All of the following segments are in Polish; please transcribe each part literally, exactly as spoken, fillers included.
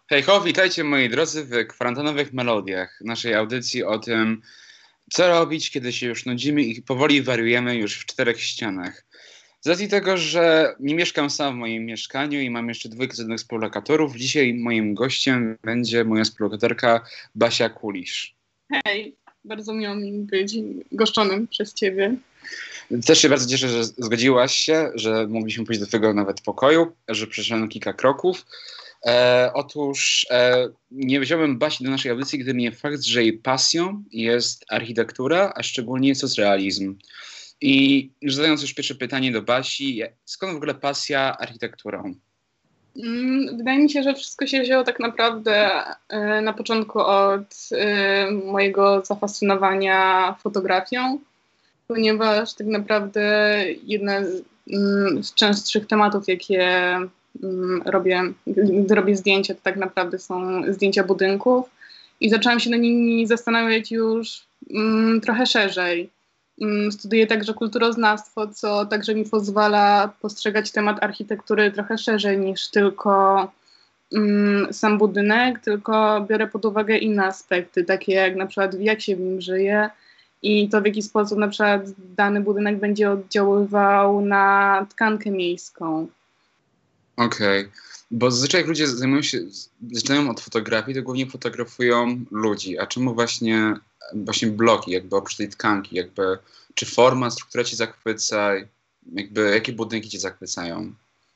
Hej ho, witajcie moi drodzy w kwarantannowych melodiach, naszej audycji o tym, co robić, kiedy się już nudzimy i powoli wariujemy już w czterech ścianach. Z racji tego, że nie mieszkam sam w moim mieszkaniu i mam jeszcze dwójkę cennych współlokatorów, dzisiaj moim gościem będzie moja współlokatorka Basia Kulisz. Hej, bardzo miło mi być goszczonym przez ciebie. Też się bardzo cieszę, że zgodziłaś się, że mogliśmy pójść do twojego nawet pokoju, że przeszedłem kilka kroków. E, otóż e, nie wziąłem Basi do naszej audycji, gdyby nie fakt, że jej pasją jest architektura, a szczególnie socrealizm. I zadając już pierwsze pytanie do Basi, skąd w ogóle pasja architekturą? Wydaje mi się, że wszystko się wzięło tak naprawdę e, na początku od e, mojego zafascynowania fotografią, ponieważ tak naprawdę jedne z, mm, z częstszych tematów, jakie mm, robię, gdy robię zdjęcia, to tak naprawdę są zdjęcia budynków i zaczęłam się na nimi zastanawiać już mm, trochę szerzej. Mm, Studiuję także kulturoznawstwo, co także mi pozwala postrzegać temat architektury trochę szerzej niż tylko mm, sam budynek, tylko biorę pod uwagę inne aspekty, takie jak na przykład jak się w nim żyje, i to, w jaki sposób na przykład dany budynek będzie oddziaływał na tkankę miejską. Okej, okay. Bo zazwyczaj jak ludzie zajmują się, zaczynają od fotografii, to głównie fotografują ludzi. A czemu właśnie, właśnie bloki, jakby oprócz tej tkanki, jakby czy forma, struktura cię zachwyca, jakby jakie budynki cię zachwycają?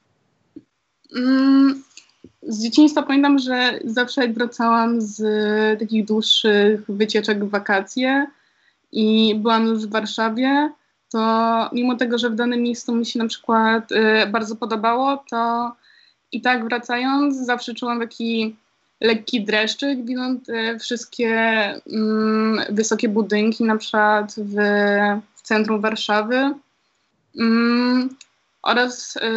Mm, z dzieciństwa pamiętam, że zawsze jak wracałam z takich dłuższych wycieczek w wakacje i byłam już w Warszawie, to mimo tego, że w danym miejscu mi się na przykład y, bardzo podobało, to i tak wracając zawsze czułam taki lekki dreszczyk, widząc y, wszystkie y, wysokie budynki na przykład w, w centrum Warszawy. Y, oraz y,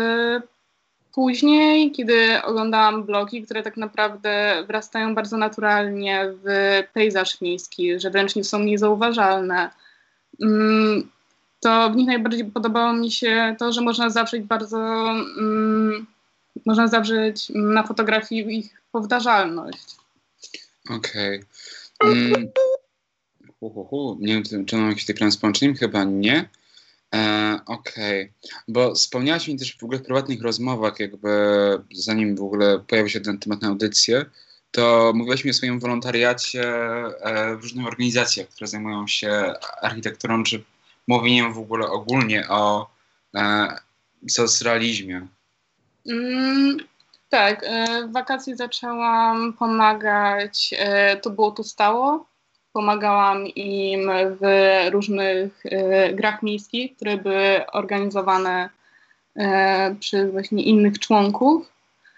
później, kiedy oglądałam bloki, które tak naprawdę wrastają bardzo naturalnie w pejzaż miejski, że wręcz nie są niezauważalne, mm, to w nich najbardziej podobało mi się to, że można zawrzeć bardzo, mm, można zawrzeć na fotografii ich powtarzalność. Okej. Okay. Mm. Hu, hu, hu. Nie wiem, czy mam jakiś taki plan z połączeniem? Chyba nie. E, Okej, okay. Bo wspomniałaś mi też w ogóle w prywatnych rozmowach, jakby zanim w ogóle pojawił się ten temat na audycję, to mówiłaś mi o swoim wolontariacie e, w różnych organizacjach, które zajmują się architekturą, czy mówieniem w ogóle ogólnie o e, socrealizmie. Mm, tak, e, w wakacje zaczęłam pomagać, e, to było tu stało. Pomagałam im w różnych e, grach miejskich, które były organizowane e, przez właśnie innych członków.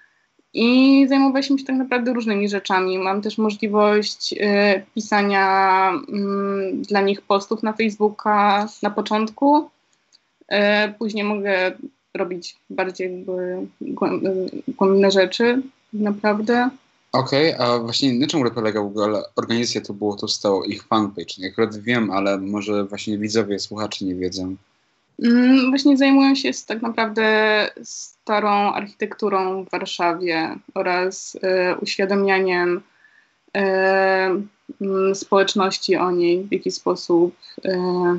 I zajmowaliśmy się tak naprawdę różnymi rzeczami. Mam też możliwość e, pisania mm, dla nich postów na Facebooka na początku. E, później mogę robić bardziej jakby głębne rzeczy, naprawdę. Okej, okay, a właśnie na czym polega w ogóle organizacja To Było To Stało, ich fanpage? Ja akurat wiem, ale może właśnie widzowie, słuchacze nie wiedzą. Mm, właśnie zajmują się tak naprawdę starą architekturą w Warszawie oraz e, uświadamianiem e, m, społeczności o niej, w jaki sposób e,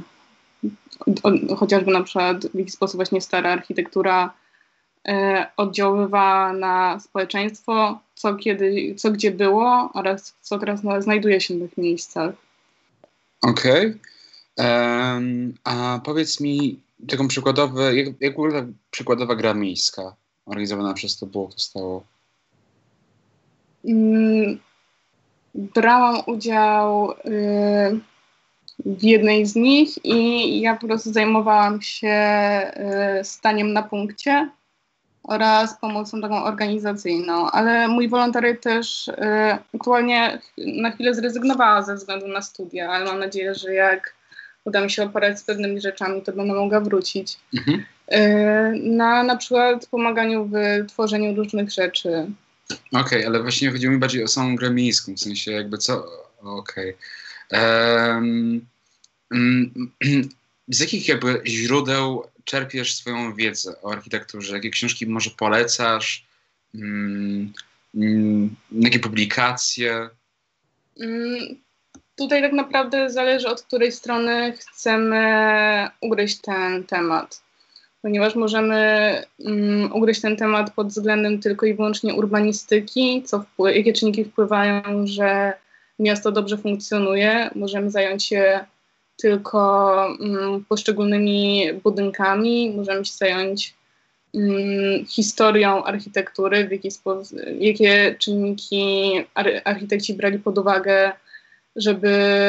o, chociażby na przykład w jaki sposób właśnie stara architektura e, oddziaływała na społeczeństwo, co, kiedy, co gdzie było oraz co teraz no, znajduje się w tych miejscach. Okej. Okay. Um, a powiedz mi taką przykładowy, jak, jak wygląda przykładowa gra miejska organizowana przez To Było To Stało? Mm, brałam udział y, w jednej z nich i ja po prostu zajmowałam się y, staniem na punkcie oraz pomocą taką organizacyjną, ale mój wolontariat też y, aktualnie na chwilę zrezygnowała ze względu na studia, ale mam nadzieję, że jak uda mi się oporać z pewnymi rzeczami, to będę mogła wrócić. Mhm. Y, na na przykład pomaganiu w tworzeniu różnych rzeczy. Okej, okay, ale właśnie chodziło mi bardziej o samą grę miejską, w sensie jakby co... Okej. Okay. Um, um, z jakich jakby źródeł czerpiesz swoją wiedzę o architekturze? Jakie książki może polecasz? Um, mm, jakie publikacje? Mm, tutaj tak naprawdę zależy, od której strony chcemy ugryźć ten temat. Ponieważ możemy mm, ugryźć ten temat pod względem tylko i wyłącznie urbanistyki, co wpły- jakie czynniki wpływają, że miasto dobrze funkcjonuje. Możemy zająć się tylko mm, poszczególnymi budynkami, możemy się zająć mm, historią architektury, w jaki sposób, jakie czynniki ar- architekci brali pod uwagę, żeby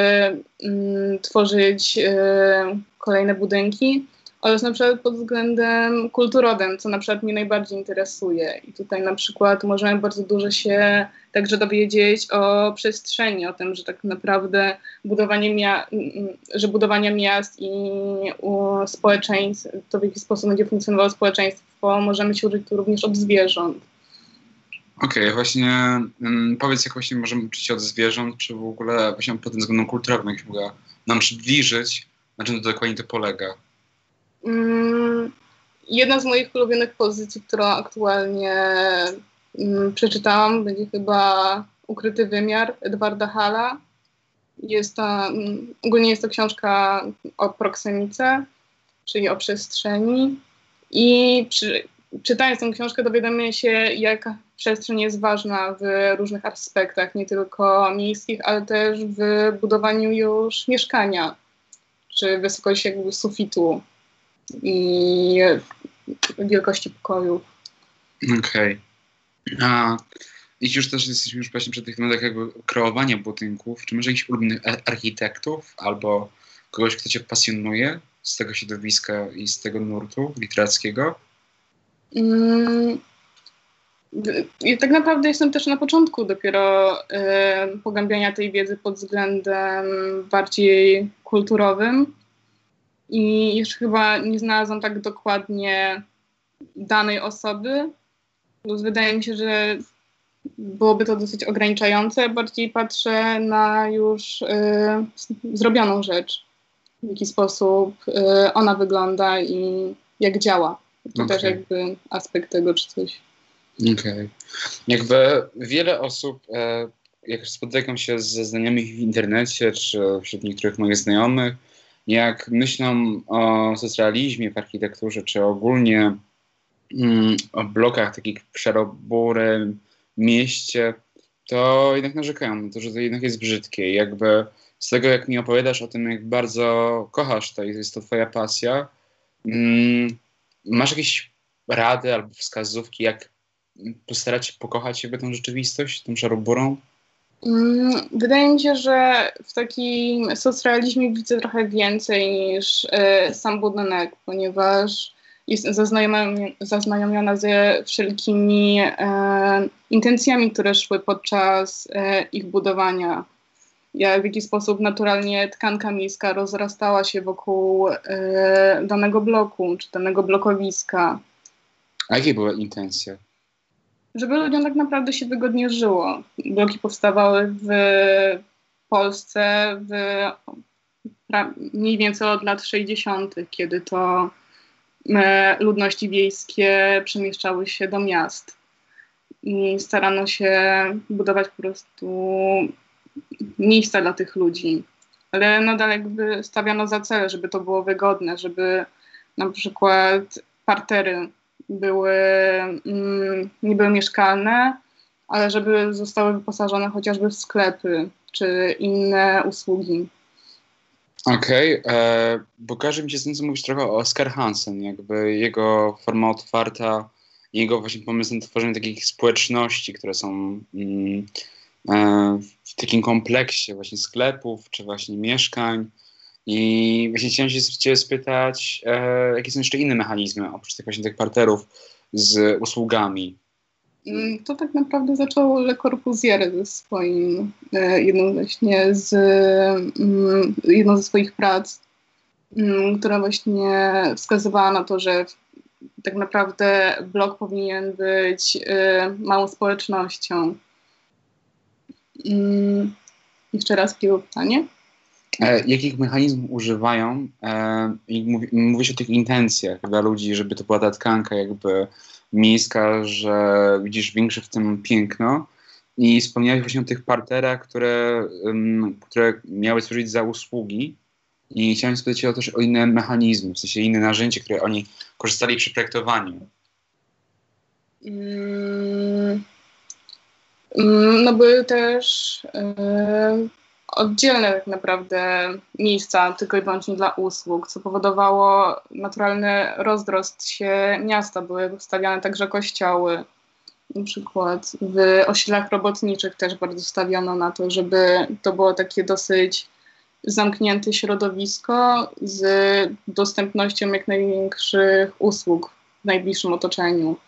mm, tworzyć y, kolejne budynki, oraz na przykład pod względem kulturowym, co na przykład mnie najbardziej interesuje. I tutaj na przykład możemy bardzo dużo się także dowiedzieć o przestrzeni, o tym, że tak naprawdę budowanie, mia- że budowanie miast i u społeczeństw, to w jaki sposób będzie funkcjonowało społeczeństwo, możemy się uczyć tu również od zwierząt. Okej, okay, właśnie um, powiedz, jak właśnie możemy uczyć się od zwierząt, czy w ogóle właśnie pod tym względem kulturowym, jakbyś mogła nam przybliżyć, na czym to dokładnie to polega? Mm, jedna z moich ulubionych pozycji, którą aktualnie mm, przeczytałam, będzie chyba Ukryty wymiar Edwarda Halla. Jest to, mm, ogólnie jest to książka o proksemice, czyli o przestrzeni. I przy, czytając tę książkę dowiadujemy się, jak przestrzeń jest ważna w różnych aspektach, nie tylko miejskich, ale też w budowaniu już mieszkania, czy wysokości jakby sufitu i wielkości pokoju. Okej. Okay. A jeśli już też jesteśmy już właśnie przy tych tematach jakby kreowania budynków, czy może jakichś ulubionych architektów albo kogoś, kto cię pasjonuje z tego środowiska i z tego nurtu literackiego? Mm, I tak naprawdę jestem też na początku dopiero y, pogłębiania tej wiedzy pod względem bardziej kulturowym. I jeszcze chyba nie znalazłam tak dokładnie danej osoby. Wydaje mi się, że byłoby to dosyć ograniczające. Bardziej patrzę na już y, zrobioną rzecz. W jaki sposób y, ona wygląda i jak działa. To Okay. też jakby aspekt tego czy coś. Okej. Okay. Jakby wiele osób, e, jak spotykam się ze znajomych w internecie, czy wśród niektórych moich znajomych, jak myślą o socrealizmie w architekturze, czy ogólnie mm, o blokach takich w szaroburym mieście, to jednak narzekają na to, że to jednak jest brzydkie. Jakby z tego, jak mi opowiadasz o tym, jak bardzo kochasz to i jest to twoja pasja, mm, masz jakieś rady albo wskazówki, jak postarać się pokochać jakby tą rzeczywistość, tą szaroburą? Wydaje mi się, że w takim socrealizmie widzę trochę więcej niż e, sam budynek, ponieważ jest zaznajomiona, zaznajomiona ze wszelkimi e, intencjami, które szły podczas e, ich budowania. Jak w jaki sposób naturalnie tkanka miejska rozrastała się wokół e, danego bloku, czy danego blokowiska. A jakie były intencje? Żeby ludziom tak naprawdę się wygodnie żyło. Bloki powstawały w Polsce w mniej więcej od lat sześćdziesiątych, kiedy to e, ludności wiejskie przemieszczały się do miast. I starano się budować po prostu miejsca dla tych ludzi. Ale nadal jakby stawiano za cel, żeby to było wygodne, żeby na przykład partery były, mm, nie były mieszkalne, ale żeby zostały wyposażone chociażby w sklepy czy inne usługi. Okej, okay, bo każe mi się z tym, co mówisz trochę o Oskar Hansen, jakby jego forma otwarta, jego właśnie pomysł na tworzenie takich społeczności, które są mm, e, w takim kompleksie właśnie sklepów, czy właśnie mieszkań. I właśnie chciałem się ciebie spytać, e, jakie są jeszcze inne mechanizmy, oprócz tych właśnie tych parterów z usługami? To tak naprawdę zaczął Le Corbusier ze swoim, e, jedną właśnie z, mm, jedną ze swoich prac, mm, która właśnie wskazywała na to, że tak naprawdę blok powinien być e, małą społecznością. Mm, jeszcze raz było pytanie. E, jakich mechanizmów używają? E, i mówi, mówisz o tych intencjach dla ludzi, żeby to była ta tkanka jakby miejska, że widzisz większe w tym piękno. I wspomniałeś właśnie o tych parterach, które, um, które miały służyć za usługi. I chciałem spytać się też o inne mechanizmy, w sensie inne narzędzia, które oni korzystali przy projektowaniu. Mm, mm, no były też e, oddzielne tak naprawdę miejsca tylko i wyłącznie dla usług, co powodowało naturalny rozdrost się miasta. Były wstawiane także kościoły. Na przykład w osiedlach robotniczych też bardzo stawiano na to, żeby to było takie dosyć zamknięte środowisko z dostępnością jak największych usług w najbliższym otoczeniu.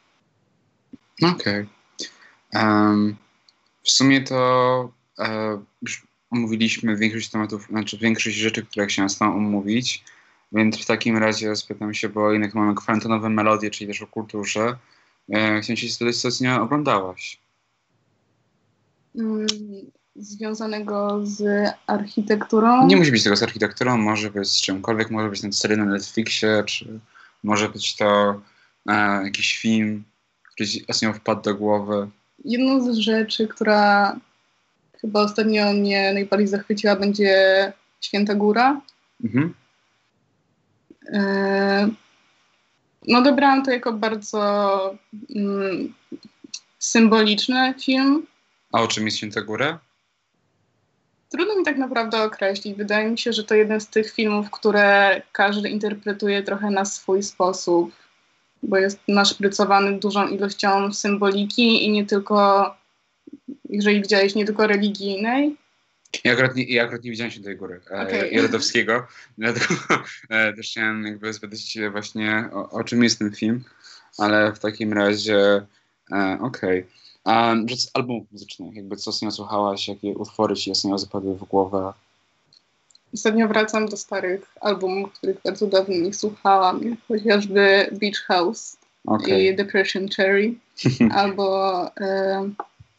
Okej. Okay. Um, w sumie to uh, już omówiliśmy większość tematów, znaczy większość rzeczy, które chciałem z tobą omówić, więc w takim razie spytam się, bo jednak mamy kwarantannowe melodie, czyli też o kulturze. E, chciałem się spytać, co z nią oglądałaś? Mm, związanego z architekturą? Nie musi być tego z architekturą, może być z czymkolwiek, może być ten serial na Netflixie, czy może być to e, jakiś film, który ci ostatnio wpadł do głowy. Jedną z rzeczy, która chyba ostatnio mnie najbardziej zachwyciła, będzie Święta Góra. Mhm. E, no dobrałam to jako bardzo mm, symboliczny film. A o czym jest Święta Góra? Trudno mi tak naprawdę określić. Wydaje mi się, że to jeden z tych filmów, które każdy interpretuje trochę na swój sposób, bo jest naszprycowany dużą ilością symboliki i nie tylko, jeżeli widziałeś, nie tylko religijnej. Ja akurat nie, ja akurat nie widziałem Świętej Góry okay. Jarodowskiego, dlatego e, też chciałem jakby zapytać się właśnie o, o czym jest ten film, ale w takim razie e, okej. Okay. A z albumów muzycznych, jakby co ostatnio słuchałaś, jakie utwory ci ostatnio zapadły w głowę? Ostatnio wracam do starych albumów, których bardzo dawno nie słuchałam, chociażby Beach House okay. i Depression Cherry, albo e,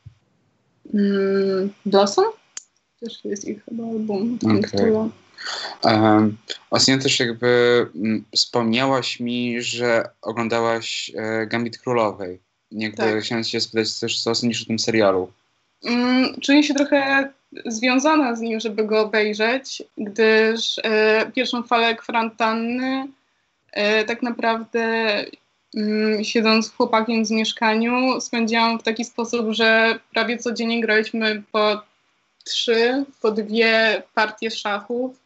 mm, Blossom, też jest ich chyba album. Okay. Um, ostatnio też jakby m, wspomniałaś mi, że oglądałaś e, Gambit Królowej. Jakby tak. Chciałem się spytać też, co sądzisz o tym serialu. Mm, czuję się trochę związana z nim, żeby go obejrzeć, gdyż e, pierwszą falę kwarantanny e, tak naprawdę mm, siedząc z chłopakiem w mieszkaniu spędziłam w taki sposób, że prawie codziennie graliśmy po trzy, po dwie partie szachów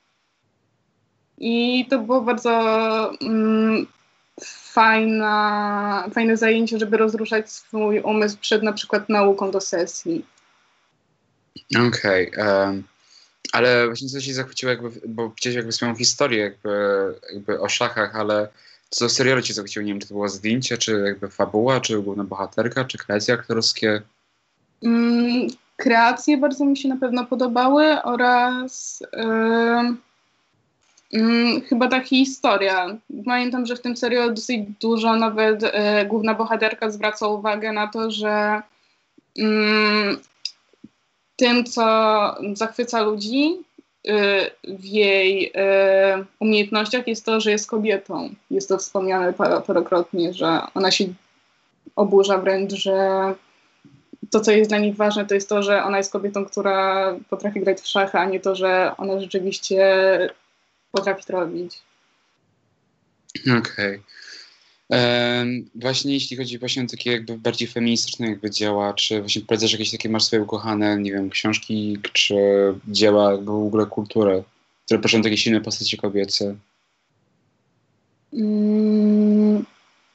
i to było bardzo mm, Fajna, fajne zajęcie, żeby rozruszać swój umysł przed na przykład nauką do sesji. Okej, okay, um, ale właśnie co się zachwyciło, jakby, bo widziałeś jakby swoją historię jakby, jakby o szachach, ale co w serialu cię zachwyciło? Nie wiem, czy to było zdjęcie, czy jakby fabuła, czy główna bohaterka, czy kreacje aktorskie? Mm, kreacje bardzo mi się na pewno podobały oraz... Yy... Hmm, chyba ta historia. Pamiętam, że w tym serialu dosyć dużo nawet e, główna bohaterka zwraca uwagę na to, że mm, tym, co zachwyca ludzi y, w jej y, umiejętnościach jest to, że jest kobietą. Jest to wspomniane par- parokrotnie, że ona się oburza wręcz, że to, co jest dla nich ważne, to jest to, że ona jest kobietą, która potrafi grać w szachy, a nie to, że ona rzeczywiście potrafi to robić. Okej. Okay. Um, właśnie jeśli chodzi właśnie o takie jakby bardziej feministyczne jakby dzieła, czy właśnie wprowadzasz jakieś takie, masz swoje ukochane, nie wiem, książki, czy dzieła, jakby w ogóle kulturę, które poruszają takie silne postacie kobiece? Mm.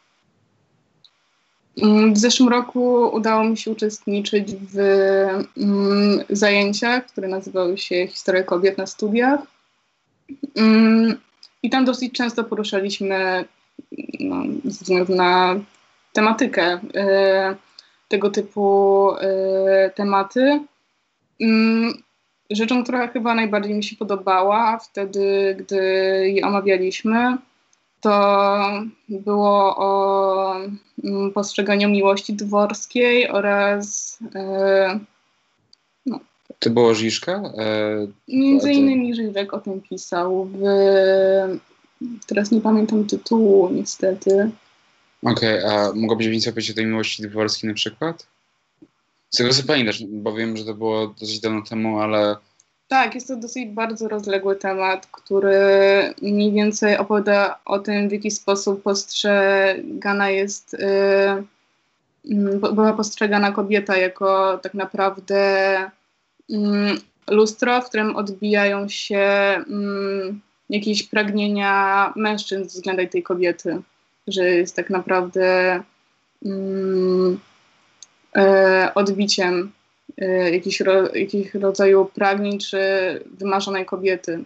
W zeszłym roku udało mi się uczestniczyć w mm, zajęciach, które nazywały się Historia kobiet na studiach. Mm, I tam dosyć często poruszaliśmy, no, ze względu na tematykę, y, tego typu y, tematy. Y, rzeczą, która chyba najbardziej mi się podobała wtedy, gdy je omawialiśmy, to było o mm, postrzeganiu miłości dworskiej oraz y, no, to było Żiżka? E, między innymi Żyżek o tym pisał. W, teraz nie pamiętam tytułu niestety. Okej, okay, a mogłabyś więcej powiedzieć o tej miłości dworskiej na przykład? Z tego co pamiętasz, bo wiem, że to było dosyć dawno temu, ale... Tak, jest to dosyć bardzo rozległy temat, który mniej więcej opowiada o tym, w jaki sposób postrzegana jest, yy, była postrzegana kobieta jako tak naprawdę yy, lustro, w którym odbijają się yy, jakieś pragnienia mężczyzn względem tej kobiety, że jest tak naprawdę yy, yy, odbiciem Jakiś, ro, jakiś rodzaju pragnień czy wymarzonej kobiety.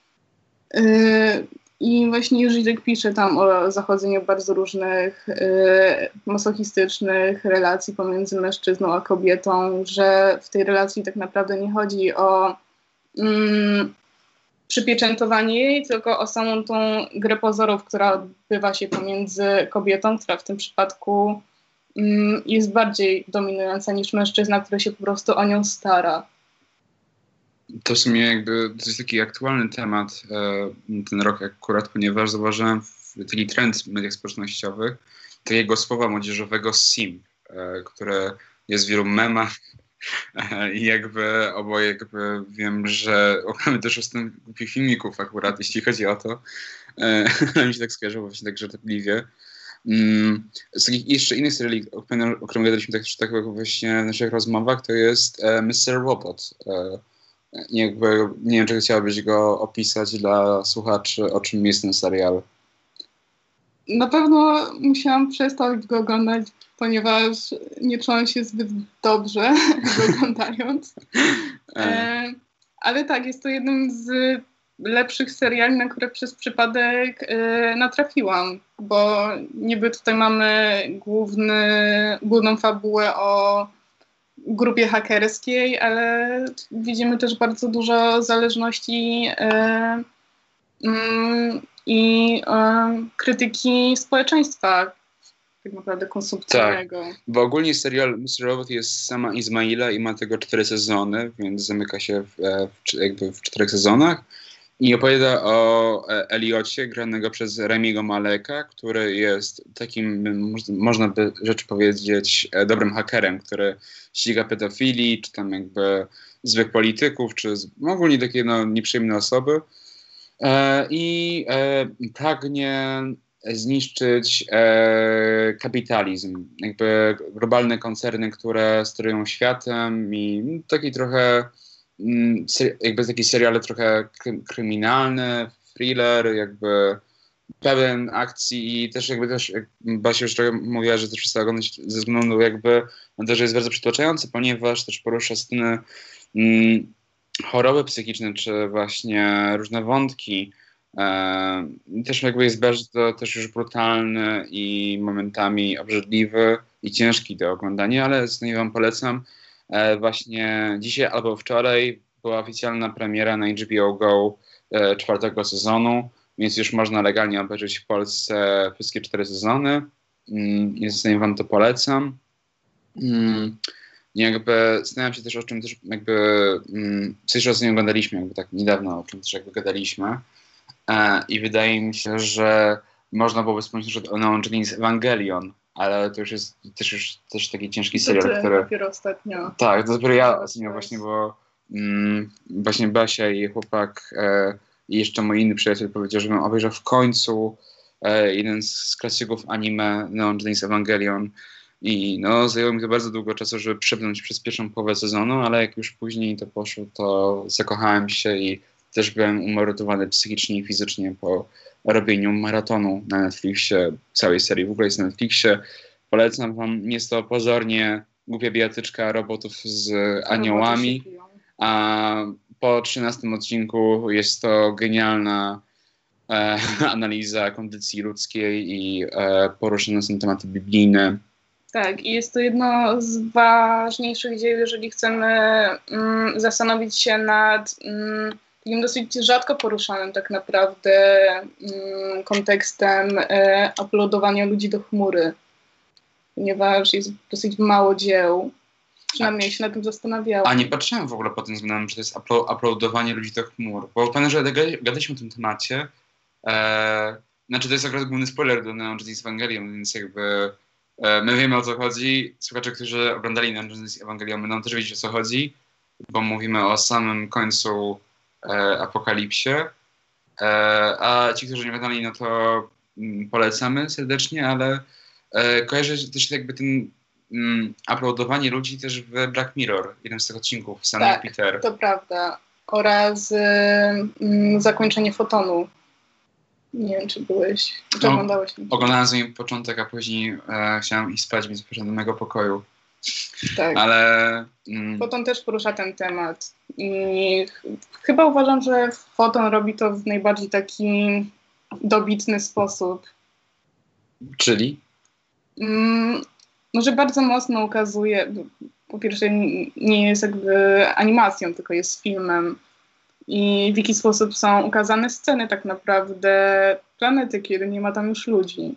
Yy, I właśnie Żydek pisze tam o zachodzeniu bardzo różnych yy, masochistycznych relacji pomiędzy mężczyzną a kobietą, że w tej relacji tak naprawdę nie chodzi o yy, przypieczętowanie jej, tylko o samą tą grę pozorów, która odbywa się pomiędzy kobietą, która w tym przypadku jest bardziej dominująca niż mężczyzna, który się po prostu o nią stara. To w sumie jakby to jest taki aktualny temat e, ten rok akurat, ponieważ zauważyłem taki trend w mediach społecznościowych takiego słowa młodzieżowego simp, e, które jest w wielu memach e, i jakby oboje jakby wiem, że mamy też ostatnio głupich filmików akurat, jeśli chodzi o to. E, mi się tak skojarzyło właśnie tak żartobliwie. Mm, z takich jeszcze innych seriali, o, o którym gadaliśmy tak, tak właśnie w naszych rozmowach, to jest e, mister Robot. E, jakby, nie wiem, czy chciałabyś go opisać dla słuchaczy, o czym jest ten serial. Na pewno musiałam przestać go oglądać, ponieważ nie czułam się zbyt dobrze go oglądając. E, ale tak, jest to jednym z lepszych seriali, na które przez przypadek y, natrafiłam, bo niby tutaj mamy główny, główną fabułę o grupie hakerskiej, ale widzimy też bardzo dużo zależności y, y, i y, krytyki społeczeństwa tak naprawdę konsumpcyjnego. Tak, bo ogólnie serial mister Robot jest sama Izmaila i ma tego cztery sezony, więc zamyka się w, w, jakby w czterech sezonach. I opowiada o Eliocie, granego przez Remiego Maleka, który jest takim, można by rzecz powiedzieć, dobrym hakerem, który ściga pedofili, czy tam jakby złych polityków, czy ogólnie takie no, nieprzyjemne osoby. E, I e, pragnie zniszczyć e, kapitalizm. Jakby globalne koncerny, które sterują światem i taki trochę jakby taki serial trochę kryminalny, thriller, jakby pełen akcji i też jakby też, jak Basia już trochę mówiła, że też przestała oglądać ze względu jakby na to, że jest bardzo przytłaczający, ponieważ też porusza sceny mm, choroby psychiczne, czy właśnie różne wątki. E, też jakby jest bardzo też już brutalny i momentami obrzydliwy i ciężki do oglądania, ale zdecydowanie wam polecam. E, właśnie dzisiaj albo wczoraj była oficjalna premiera na H B O Go e, czwartego sezonu, więc już można legalnie obejrzeć w Polsce wszystkie cztery sezony. Mm, więc zdecydowanie wam to polecam. Mm, jakby zastanawiam się też o czym też jakby mm, coś ostatnio oglądaliśmy, jakby tak niedawno o czym też jakby gadaliśmy. E, I wydaje mi się, że można byłoby wspomnieć o Neon Genesis Evangelion, ale to już jest też już też taki ciężki serial, to który... dopiero ostatnio. Tak, to dopiero ja ostatnio właśnie, bo mm, właśnie Basia i chłopak e, i jeszcze mój inny przyjaciel powiedział, żebym obejrzał w końcu e, jeden z klasyków anime Neon Genesis Evangelion i no zajęło mi to bardzo długo czasu, żeby przebrnąć przez pierwszą połowę sezonu, ale jak już później to poszło, to zakochałem się i też byłem umordowany psychicznie i fizycznie po robieniu maratonu na Netflixie, całej serii w ogóle jest na Netflixie. Polecam wam, jest to pozornie głupia bijatyczka robotów z aniołami, a po trzynastym odcinku jest to genialna e, analiza kondycji ludzkiej i e, poruszone są tematy biblijne. Tak, i jest to jedno z ważniejszych dzieł, jeżeli chcemy mm, zastanowić się nad mm, takim dosyć rzadko poruszanym tak naprawdę mm, kontekstem e, uploadowania ludzi do chmury, ponieważ jest dosyć mało dzieł. Przynajmniej się na tym zastanawiałam. A nie patrzyłem w ogóle po tym względem, że to jest uplo- uploadowanie ludzi do chmur, bo pamiętam, że gadaliśmy o tym temacie, e, Znaczy to jest akurat główny spoiler do Neon Genesis Evangelion, więc jakby e, my wiemy o co chodzi. Słuchacze, którzy oglądali Neon Genesis Evangelion będą też wiedzieć o co chodzi, bo mówimy o samym końcu e, apokalipsie. E, a ci, którzy nie oglądali, no to mm, polecamy serdecznie, ale e, kojarzę też jakby ten mm, uploadowanie ludzi też w Black Mirror, jeden z tych odcinków, Sam Tak, Peter. to prawda. Oraz mm, zakończenie Fotonu. Nie wiem, czy byłeś, czy No, oglądałeś. Oglądałem z nim początek, a później e, chciałem iść spać, więc poszedłem do mojego pokoju. Tak. Ale... Mm, Foton też porusza ten temat. I ch- chyba uważam, że Foton robi to w najbardziej taki dobitny sposób. czyli? Mm, może bardzo mocno ukazuje, po pierwsze n- nie jest jakby animacją, tylko jest filmem. I w jaki sposób są ukazane sceny tak naprawdę planety, kiedy nie ma tam już ludzi.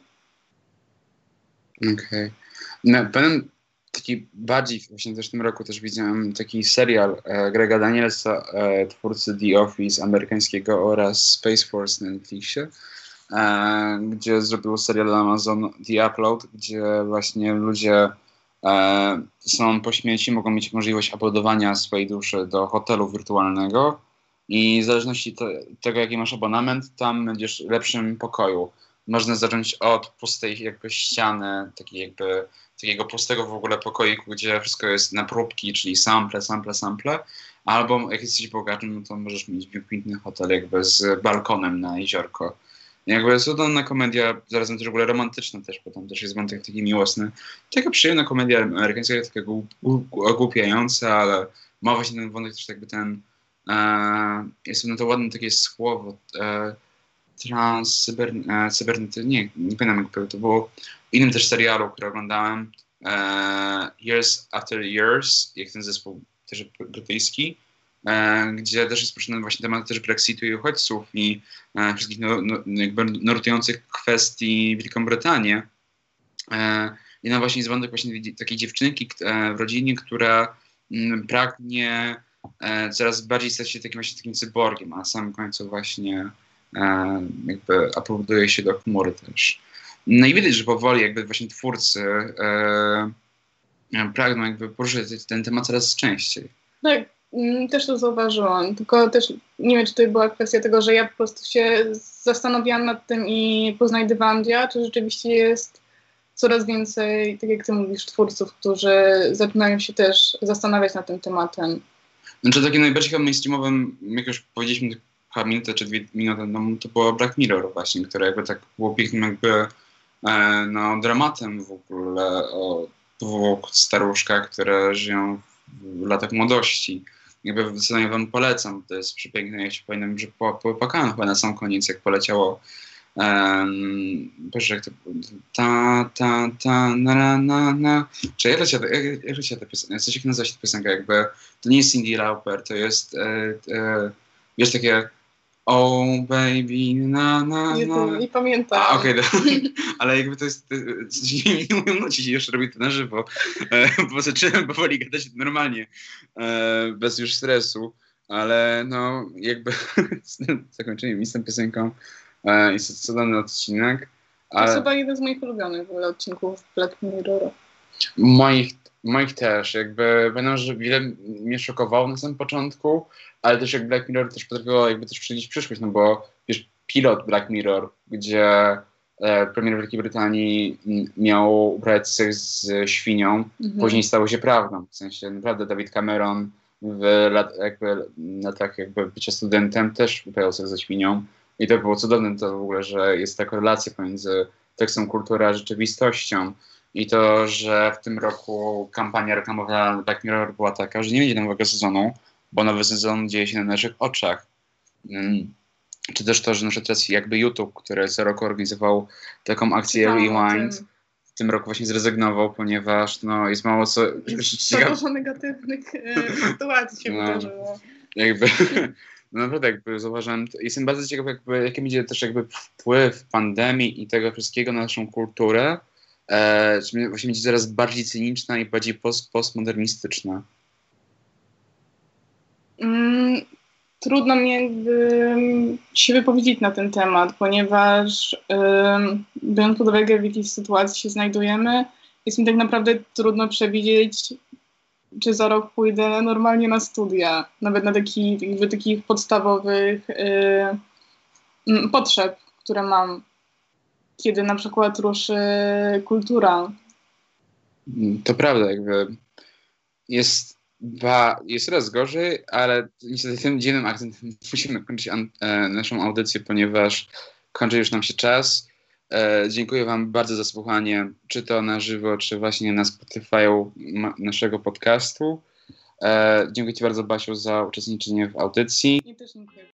Okej. Okay. No, pewien taki bardziej, właśnie też w tym roku też widziałem taki serial e, Grega Danielsa, e, twórcy The Office amerykańskiego oraz Space Force na Netflixie, e, gdzie zrobił serial Amazon The Upload, gdzie właśnie ludzie e, są po śmierci, mogą mieć możliwość uploadowania swojej duszy do hotelu wirtualnego i w zależności te, tego, jaki masz abonament, tam będziesz w lepszym pokoju. Można zacząć od pustej jakby ściany, takiej jakby, takiego pustego w ogóle pokoiku, gdzie wszystko jest na próbki, czyli sample, sample, sample. Albo jak jesteś bogatym, no to możesz mieć piękny hotel jakby z balkonem na jeziorko. Jakby jest cudowna komedia, zarazem też w ogóle romantyczna też, bo tam też jest wątek taki miłosny. Taka przyjemna komedia amerykańska, taka ogłupiająca, ale ma właśnie ten wątek też jakby ten, e, jest na to ładne takie słowo, e, trans, e, cybernety, nie, nie pamiętam jak to było, w innym też serialu, który oglądałem, e, Years After Years, jak ten zespół też brytyjski, e, gdzie też jest poruszony właśnie temat też Brexitu i uchodźców i e, wszystkich no, no, jakby nurtujących kwestii Wielką Brytanię. E, I no właśnie jest wątek właśnie takiej dziewczynki e, w rodzinie, która m, pragnie e, coraz bardziej stać się takim właśnie takim cyborgiem, a na samym końcu właśnie e, jakby uploaduje się do chmury też. No i widać, że powoli jakby właśnie twórcy e, pragną jakby poruszyć ten temat coraz częściej. Tak, mm, też to zauważyłam, tylko też nie wiem, czy to była kwestia tego, że ja po prostu się zastanawiałam nad tym i poznajdywałam dzieła, czy rzeczywiście jest coraz więcej, tak jak ty mówisz, twórców, którzy zaczynają się też zastanawiać nad tym tematem. Znaczy takim najbardziej chyba mainstreamowym, jak już powiedzieliśmy chyba minutę czy dwie minuty, no, to było Black Mirror właśnie, które jakby tak było pięknym jakby e, no, dramatem w ogóle o dwóch staruszkach, które żyją w latach młodości. Jakby zdecydowanie wam polecam, to jest przepiękne, ja się pamiętam, że popłakałem chyba na sam koniec, jak poleciało um, Boże, jak to ta, ta, ta, na, na, na, na. Czy jak leciała, jak, jak leciała ta piosenka? Coś jak nazywa się ta piosenka, jakby, to nie jest Cyndi Lauper, to jest e, e, wiesz, takie oh baby, na, na, Nie, to na. nie pamiętam. Okej, okay, ale jakby to jest, nie, nie umiem nucić, jeszcze robię to na żywo, e, bo zaczynam powoli gadać normalnie, e, bez już stresu, ale no jakby zakończeniem z tą piosenką e, jest cudowny odcinek. To jest Ale chyba jeden z moich ulubionych w ogóle odcinków Black Mirror. moich, moich też, jakby pamiętam, że wiele mnie szokowało na samym początku, ale też jak Black Mirror też potrafiło jakby też przewidzieć przyszłość, no bo wiesz, pilot Black Mirror, gdzie e, premier Wielkiej Brytanii m, miał uprawiać seks z świnią, Mhm. później stało się prawdą. W sensie naprawdę David Cameron w lat, jakby, latach jakby bycia studentem też uprawiał seks ze świnią i to było cudowne to w ogóle, że jest ta korelacja pomiędzy tekstem kultury a rzeczywistością. I to, że w tym roku kampania reklamowa Black Mirror była taka, że nie będzie nowego sezonu, bo nowy sezon dzieje się na naszych oczach. Hmm. Czy też to, że na przykład jakby YouTube, który co roku organizował taką akcję Rewind, w tym roku właśnie zrezygnował, ponieważ no, jest mało co... Za dużo negatywnych e, sytuacji się no, wydarzyło. Jakby, no naprawdę jakby zauważyłem, jestem bardzo ciekaw, jakby, jaki będzie też jakby wpływ pandemii i tego wszystkiego na naszą kulturę, e, czy właśnie będzie coraz bardziej cyniczna i bardziej post, postmodernistyczna. Mm, trudno mi jakby się wypowiedzieć na ten temat, ponieważ ym, biorąc pod uwagę, w jakiej sytuacji się znajdujemy, jest mi tak naprawdę trudno przewidzieć, czy za rok pójdę normalnie na studia, nawet na taki, jakby takich podstawowych yy, potrzeb, które mam, kiedy na przykład ruszy kultura. To prawda, jakby jest, ba, jest coraz gorzej, ale niestety tym dziwnym akcentem musimy kończyć an, e, naszą audycję, ponieważ kończy już nam się czas. E, dziękuję wam bardzo za słuchanie, czy to na żywo, czy właśnie na Spotify'u ma, naszego podcastu. E, dziękuję ci bardzo, Basiu, za uczestniczenie w audycji. I też dziękuję.